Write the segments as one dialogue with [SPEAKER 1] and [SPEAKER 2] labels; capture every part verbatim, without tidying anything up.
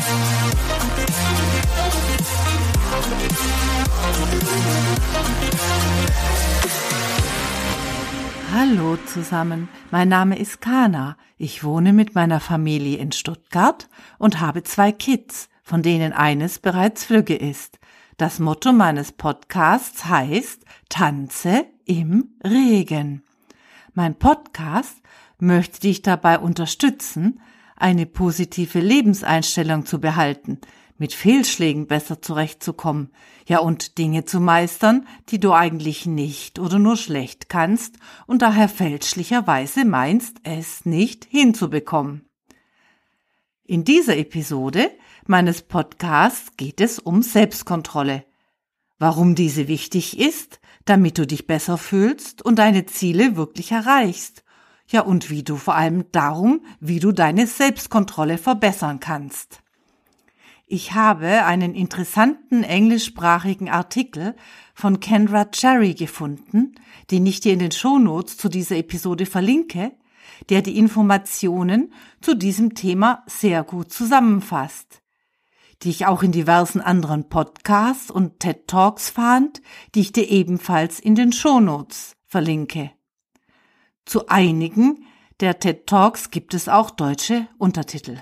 [SPEAKER 1] Hallo zusammen, mein Name ist Kana. Ich wohne mit meiner Familie in Stuttgart und habe zwei Kids, von denen eines bereits flügge ist. Das Motto meines Podcasts heißt Tanze im Regen. Mein Podcast möchte dich dabei unterstützen, eine positive Lebenseinstellung zu behalten, mit Fehlschlägen besser zurechtzukommen, ja und Dinge zu meistern, die du eigentlich nicht oder nur schlecht kannst und daher fälschlicherweise meinst, es nicht hinzubekommen. In dieser Episode meines Podcasts geht es um Selbstkontrolle. Warum diese wichtig ist, damit du dich besser fühlst und deine Ziele wirklich erreichst. Ja, und wie du vor allem darum, wie du deine Selbstkontrolle verbessern kannst. Ich habe einen interessanten englischsprachigen Artikel von Kendra Cherry gefunden, den ich dir in den Shownotes zu dieser Episode verlinke, der die Informationen zu diesem Thema sehr gut zusammenfasst, die ich auch in diversen anderen Podcasts und TED Talks fand, die ich dir ebenfalls in den Shownotes verlinke. Zu einigen der TED Talks gibt es auch deutsche Untertitel.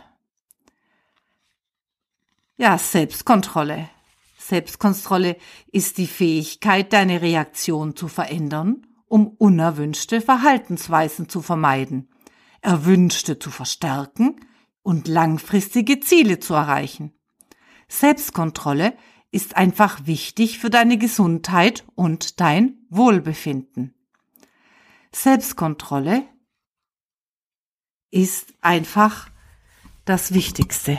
[SPEAKER 1] Ja, Selbstkontrolle. Selbstkontrolle ist die Fähigkeit, deine Reaktion zu verändern, um unerwünschte Verhaltensweisen zu vermeiden, erwünschte zu verstärken und langfristige Ziele zu erreichen. Selbstkontrolle ist einfach wichtig für deine Gesundheit und dein Wohlbefinden. Selbstkontrolle ist einfach das Wichtigste.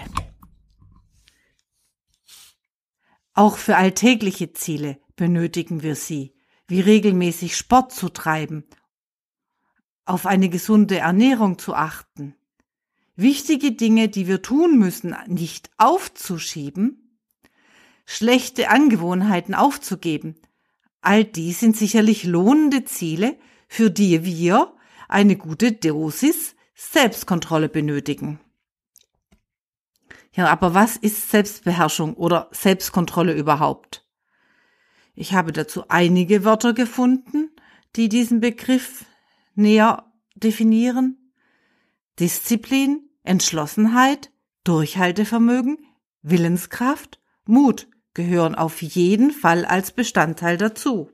[SPEAKER 1] Auch für alltägliche Ziele benötigen wir sie, wie regelmäßig Sport zu treiben, auf eine gesunde Ernährung zu achten, wichtige Dinge, die wir tun müssen, nicht aufzuschieben, schlechte Angewohnheiten aufzugeben. All dies sind sicherlich lohnende Ziele, für die wir eine gute Dosis Selbstkontrolle benötigen. Ja, aber was ist Selbstbeherrschung oder Selbstkontrolle überhaupt? Ich habe dazu einige Wörter gefunden, die diesen Begriff näher definieren. Disziplin, Entschlossenheit, Durchhaltevermögen, Willenskraft, Mut gehören auf jeden Fall als Bestandteil dazu.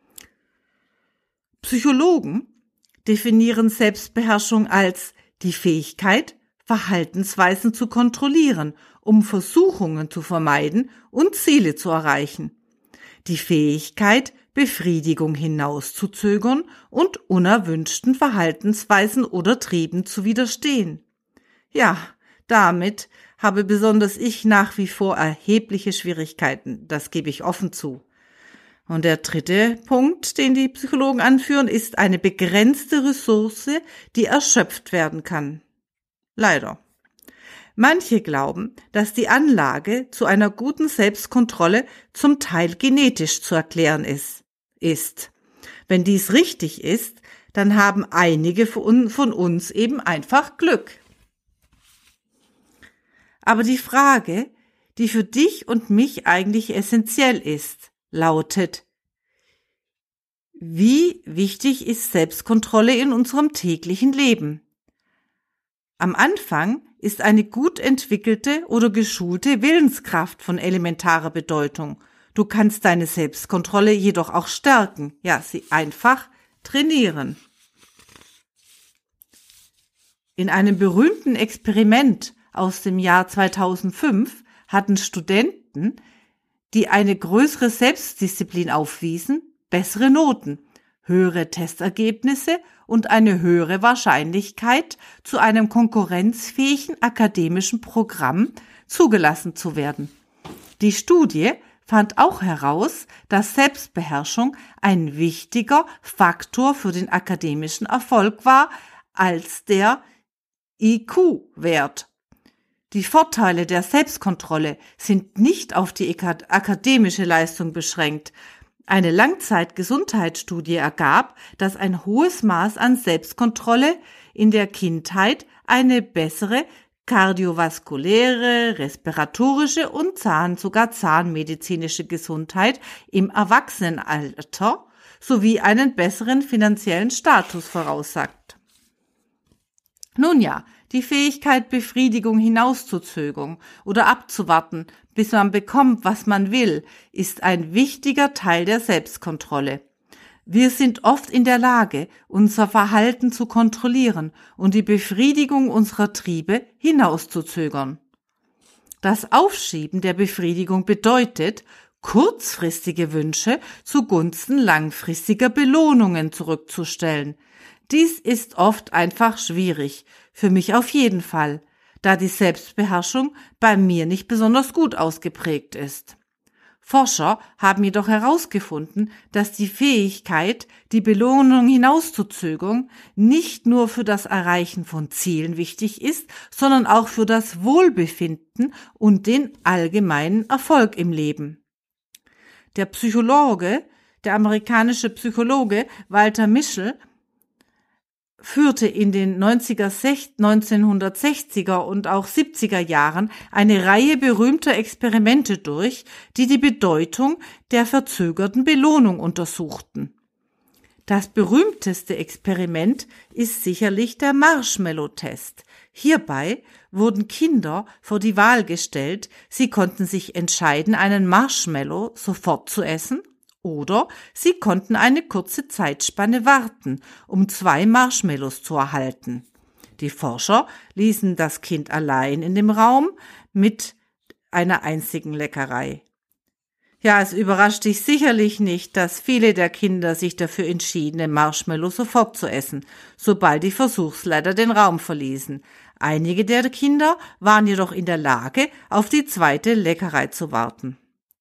[SPEAKER 1] Psychologen definieren Selbstbeherrschung als die Fähigkeit, Verhaltensweisen zu kontrollieren, um Versuchungen zu vermeiden und Ziele zu erreichen. Die Fähigkeit, Befriedigung hinauszuzögern und unerwünschten Verhaltensweisen oder Trieben zu widerstehen. Ja, damit habe besonders ich nach wie vor erhebliche Schwierigkeiten, das gebe ich offen zu. Und der dritte Punkt, den die Psychologen anführen, ist eine begrenzte Ressource, die erschöpft werden kann. Leider. Manche glauben, dass die Anlage zu einer guten Selbstkontrolle zum Teil genetisch zu erklären ist. ist. Wenn dies richtig ist, dann haben einige von uns eben einfach Glück. Aber die Frage, die für dich und mich eigentlich essentiell ist, lautet: Wie wichtig ist Selbstkontrolle in unserem täglichen Leben? Am Anfang ist eine gut entwickelte oder geschulte Willenskraft von elementarer Bedeutung. Du kannst deine Selbstkontrolle jedoch auch stärken, ja, sie einfach trainieren. In einem berühmten Experiment aus dem Jahr zweitausendfünf hatten Studenten, die eine größere Selbstdisziplin aufwiesen, bessere Noten, höhere Testergebnisse und eine höhere Wahrscheinlichkeit, zu einem konkurrenzfähigen akademischen Programm zugelassen zu werden. Die Studie fand auch heraus, dass Selbstbeherrschung ein wichtiger Faktor für den akademischen Erfolg war als der I Q-Wert. Die Vorteile der Selbstkontrolle sind nicht auf die akademische Leistung beschränkt. Eine Langzeitgesundheitsstudie ergab, dass ein hohes Maß an Selbstkontrolle in der Kindheit eine bessere kardiovaskuläre, respiratorische und Zahn, sogar zahnmedizinische Gesundheit im Erwachsenenalter sowie einen besseren finanziellen Status voraussagt. Nun ja, die Fähigkeit, Befriedigung hinauszuzögern oder abzuwarten, bis man bekommt, was man will, ist ein wichtiger Teil der Selbstkontrolle. Wir sind oft in der Lage, unser Verhalten zu kontrollieren und die Befriedigung unserer Triebe hinauszuzögern. Das Aufschieben der Befriedigung bedeutet, kurzfristige Wünsche zugunsten langfristiger Belohnungen zurückzustellen. Dies ist oft einfach schwierig, für mich auf jeden Fall, da die Selbstbeherrschung bei mir nicht besonders gut ausgeprägt ist. Forscher haben jedoch herausgefunden, dass die Fähigkeit, die Belohnung hinauszuzögern, nicht nur für das Erreichen von Zielen wichtig ist, sondern auch für das Wohlbefinden und den allgemeinen Erfolg im Leben. Der Psychologe, der amerikanische Psychologe Walter Mischel, führte in den neunzehnhundertsechziger und auch siebziger Jahren eine Reihe berühmter Experimente durch, die die Bedeutung der verzögerten Belohnung untersuchten. Das berühmteste Experiment ist sicherlich der Marshmallow-Test. Hierbei wurden Kinder vor die Wahl gestellt, sie konnten sich entscheiden, einen Marshmallow sofort zu essen, oder sie konnten eine kurze Zeitspanne warten, um zwei Marshmallows zu erhalten. Die Forscher ließen das Kind allein in dem Raum mit einer einzigen Leckerei. Ja, es überrascht dich sicherlich nicht, dass viele der Kinder sich dafür entschieden, den Marshmallow sofort zu essen, sobald die Versuchsleiter den Raum verließen. Einige der Kinder waren jedoch in der Lage, auf die zweite Leckerei zu warten.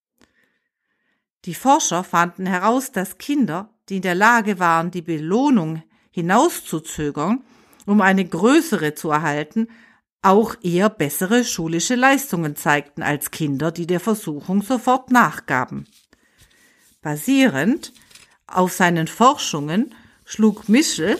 [SPEAKER 1] Die Forscher fanden heraus, dass Kinder, die in der Lage waren, die Belohnung hinauszuzögern, um eine größere zu erhalten, auch eher bessere schulische Leistungen zeigten als Kinder, die der Versuchung sofort nachgaben. Basierend auf seinen Forschungen schlug Mischel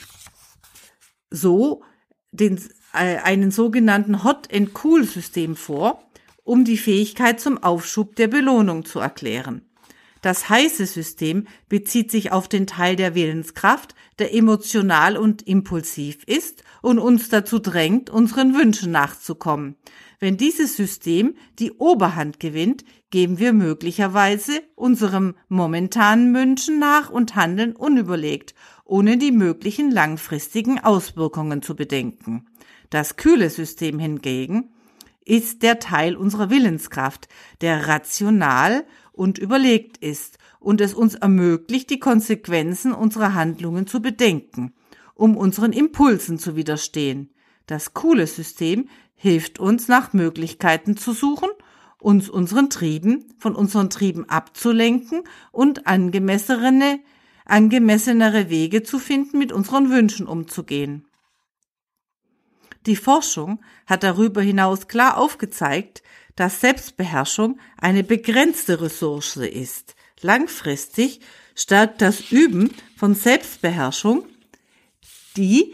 [SPEAKER 1] so den, äh, einen sogenannten Hot-and-Cool-System vor, um die Fähigkeit zum Aufschub der Belohnung zu erklären. Das heiße System bezieht sich auf den Teil der Willenskraft, der emotional und impulsiv ist und uns dazu drängt, unseren Wünschen nachzukommen. Wenn dieses System die Oberhand gewinnt, geben wir möglicherweise unserem momentanen Wünschen nach und handeln unüberlegt, ohne die möglichen langfristigen Auswirkungen zu bedenken. Das kühle System hingegen ist der Teil unserer Willenskraft, der rational und überlegt ist und es uns ermöglicht, die Konsequenzen unserer Handlungen zu bedenken, um unseren Impulsen zu widerstehen. Das coole System hilft uns, nach Möglichkeiten zu suchen, uns unseren Trieben, von unseren Trieben abzulenken und angemessene, angemessenere Wege zu finden, mit unseren Wünschen umzugehen. Die Forschung hat darüber hinaus klar aufgezeigt, dass Selbstbeherrschung eine begrenzte Ressource ist. Langfristig stärkt das Üben von Selbstbeherrschung die,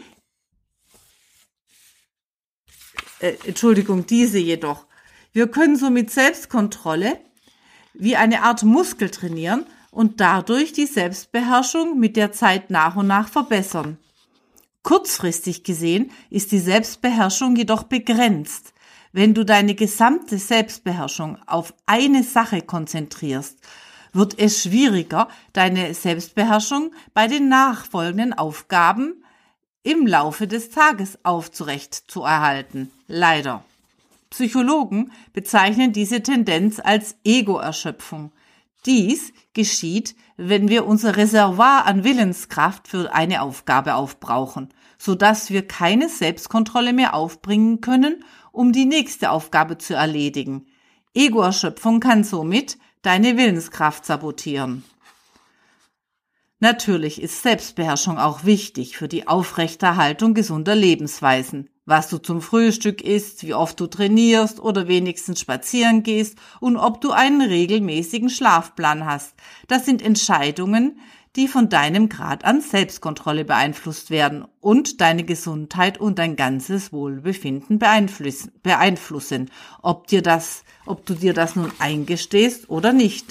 [SPEAKER 1] äh, Entschuldigung, diese jedoch. Wir können somit Selbstkontrolle wie eine Art Muskel trainieren und dadurch die Selbstbeherrschung mit der Zeit nach und nach verbessern. Kurzfristig gesehen ist die Selbstbeherrschung jedoch begrenzt. Wenn du deine gesamte Selbstbeherrschung auf eine Sache konzentrierst, wird es schwieriger, deine Selbstbeherrschung bei den nachfolgenden Aufgaben im Laufe des Tages aufrecht zu erhalten. Leider. Psychologen bezeichnen diese Tendenz als Ego-Erschöpfung. Dies geschieht, wenn wir unser Reservoir an Willenskraft für eine Aufgabe aufbrauchen, sodass wir keine Selbstkontrolle mehr aufbringen können, um die nächste Aufgabe zu erledigen. Ego-Erschöpfung kann somit deine Willenskraft sabotieren. Natürlich ist Selbstbeherrschung auch wichtig für die Aufrechterhaltung gesunder Lebensweisen. Was du zum Frühstück isst, wie oft du trainierst oder wenigstens spazieren gehst und ob du einen regelmäßigen Schlafplan hast. Das sind Entscheidungen, die von deinem Grad an Selbstkontrolle beeinflusst werden und deine Gesundheit und dein ganzes Wohlbefinden beeinflussen, beeinflussen, ob dir das, ob du dir das nun eingestehst oder nicht.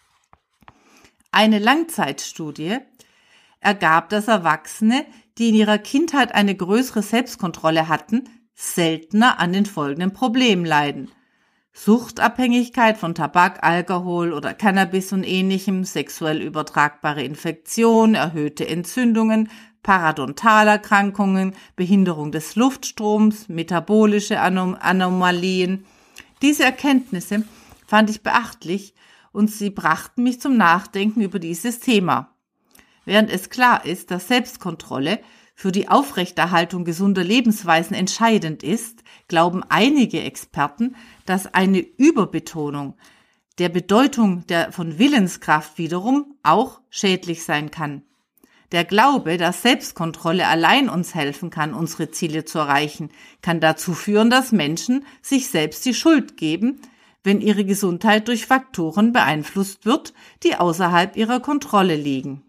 [SPEAKER 1] Eine Langzeitstudie ergab, dass Erwachsene, die in ihrer Kindheit eine größere Selbstkontrolle hatten, seltener an den folgenden Problemen leiden: Suchtabhängigkeit von Tabak, Alkohol oder Cannabis und Ähnlichem, sexuell übertragbare Infektionen, erhöhte Entzündungen, Parodontalerkrankungen, Behinderung des Luftstroms, metabolische Anom- Anomalien. Diese Erkenntnisse fand ich beachtlich und sie brachten mich zum Nachdenken über dieses Thema. Während es klar ist, dass Selbstkontrolle für die Aufrechterhaltung gesunder Lebensweisen entscheidend ist, glauben einige Experten, dass eine Überbetonung der Bedeutung der von Willenskraft wiederum auch schädlich sein kann. Der Glaube, dass Selbstkontrolle allein uns helfen kann, unsere Ziele zu erreichen, kann dazu führen, dass Menschen sich selbst die Schuld geben, wenn ihre Gesundheit durch Faktoren beeinflusst wird, die außerhalb ihrer Kontrolle liegen.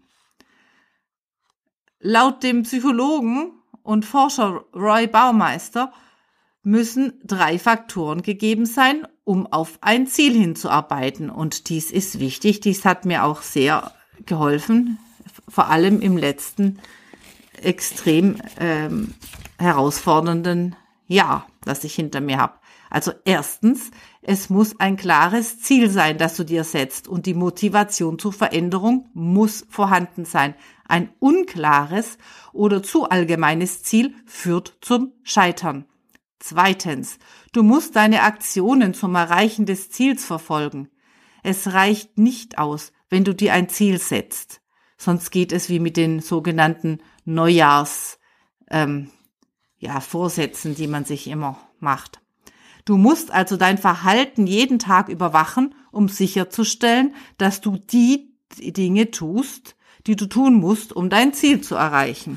[SPEAKER 1] Laut dem Psychologen und Forscher Roy Baumeister müssen drei Faktoren gegeben sein, um auf ein Ziel hinzuarbeiten. Und dies ist wichtig. Dies hat mir auch sehr geholfen, vor allem im letzten extrem ähm, herausfordernden Jahr, das ich hinter mir habe. Also erstens, es muss ein klares Ziel sein, das du dir setzt, und die Motivation zur Veränderung muss vorhanden sein. Ein unklares oder zu allgemeines Ziel führt zum Scheitern. Zweitens, du musst deine Aktionen zum Erreichen des Ziels verfolgen. Es reicht nicht aus, wenn du dir ein Ziel setzt. Sonst geht es wie mit den sogenannten Neujahrs, ähm, ja, Vorsätzen, die man sich immer macht. Du musst also dein Verhalten jeden Tag überwachen, um sicherzustellen, dass du die Dinge tust, die du tun musst, um dein Ziel zu erreichen.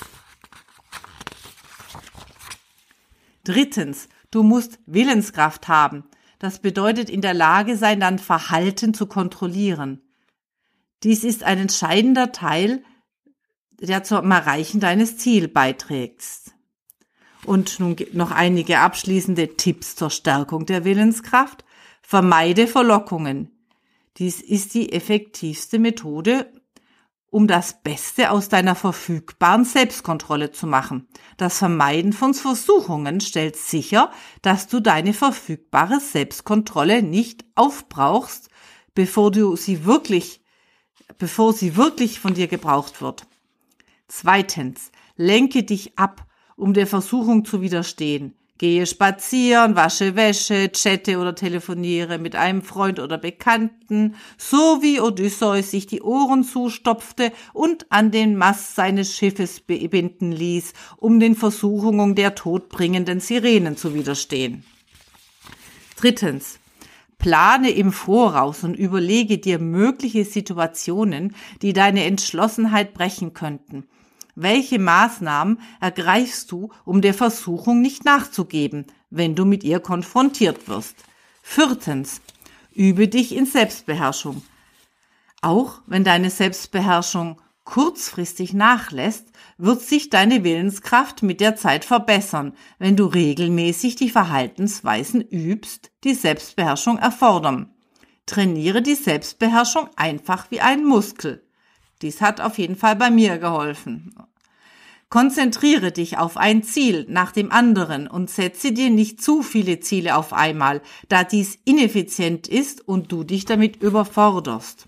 [SPEAKER 1] Drittens, du musst Willenskraft haben. Das bedeutet, in der Lage sein, dein Verhalten zu kontrollieren. Dies ist ein entscheidender Teil, der zum Erreichen deines Ziels beiträgt. Und nun noch einige abschließende Tipps zur Stärkung der Willenskraft. Vermeide Verlockungen. Dies ist die effektivste Methode, um das Beste aus deiner verfügbaren Selbstkontrolle zu machen. Das Vermeiden von Versuchungen stellt sicher, dass du deine verfügbare Selbstkontrolle nicht aufbrauchst, bevor du sie wirklich, bevor sie wirklich von dir gebraucht wird. Zweitens, lenke dich ab, um der Versuchung zu widerstehen. Gehe spazieren, wasche Wäsche, chatte oder telefoniere mit einem Freund oder Bekannten, so wie Odysseus sich die Ohren zustopfte und an den Mast seines Schiffes binden ließ, um den Versuchungen der todbringenden Sirenen zu widerstehen. Drittens. Plane im Voraus und überlege dir mögliche Situationen, die deine Entschlossenheit brechen könnten. Welche Maßnahmen ergreifst du, um der Versuchung nicht nachzugeben, wenn du mit ihr konfrontiert wirst? Viertens, übe dich in Selbstbeherrschung. Auch wenn deine Selbstbeherrschung kurzfristig nachlässt, wird sich deine Willenskraft mit der Zeit verbessern, wenn du regelmäßig die Verhaltensweisen übst, die Selbstbeherrschung erfordern. Trainiere die Selbstbeherrschung einfach wie einen Muskel. Dies hat auf jeden Fall bei mir geholfen. Konzentriere dich auf ein Ziel nach dem anderen und setze dir nicht zu viele Ziele auf einmal, da dies ineffizient ist und du dich damit überforderst.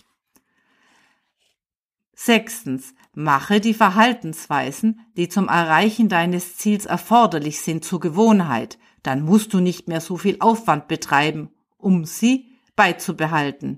[SPEAKER 1] Sechstens, mache die Verhaltensweisen, die zum Erreichen deines Ziels erforderlich sind, zur Gewohnheit. Dann musst du nicht mehr so viel Aufwand betreiben, um sie beizubehalten.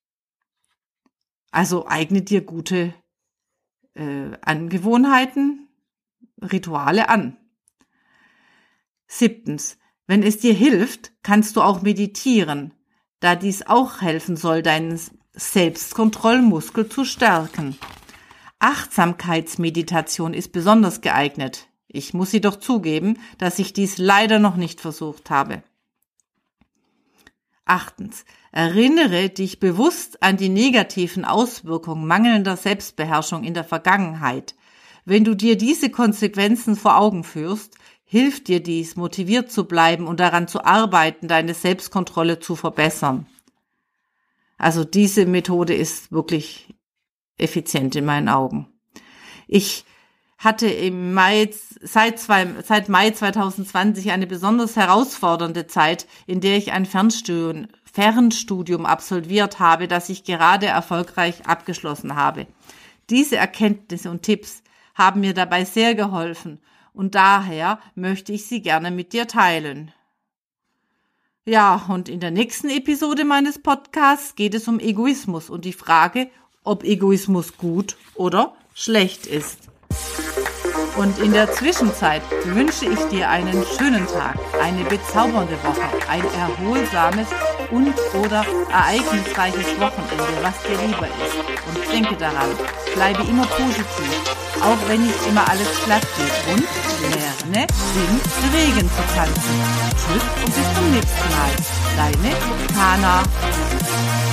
[SPEAKER 1] Also eigne dir gute äh, Angewohnheiten, Rituale an. Siebtens, wenn es dir hilft, kannst du auch meditieren, da dies auch helfen soll, deinen Selbstkontrollmuskel zu stärken. Achtsamkeitsmeditation ist besonders geeignet. Ich muss jedoch zugeben, dass ich dies leider noch nicht versucht habe. Achtens, Erinnere dich bewusst an die negativen Auswirkungen mangelnder Selbstbeherrschung in der Vergangenheit. Wenn du dir diese Konsequenzen vor Augen führst, hilft dir dies, motiviert zu bleiben und daran zu arbeiten, deine Selbstkontrolle zu verbessern. Also diese Methode ist wirklich effizient in meinen Augen. Ich hatte im Mai, seit, zwei, seit Mai zwanzig zwanzig eine besonders herausfordernde Zeit, in der ich ein Fernstudium, Fernstudium absolviert habe, das ich gerade erfolgreich abgeschlossen habe. Diese Erkenntnisse und Tipps haben mir dabei sehr geholfen und daher möchte ich sie gerne mit dir teilen. Ja, und in der nächsten Episode meines Podcasts geht es um Egoismus und die Frage, ob Egoismus gut oder schlecht ist. Und in der Zwischenzeit wünsche ich dir einen schönen Tag, eine bezaubernde Woche, ein erholsames und oder ereignisreiches Wochenende, was dir lieber ist. Und denke daran, bleibe immer positiv, auch wenn nicht immer alles glatt geht und lerne, im Regen zu tanzen. Tschüss und bis zum nächsten Mal. Deine Kana.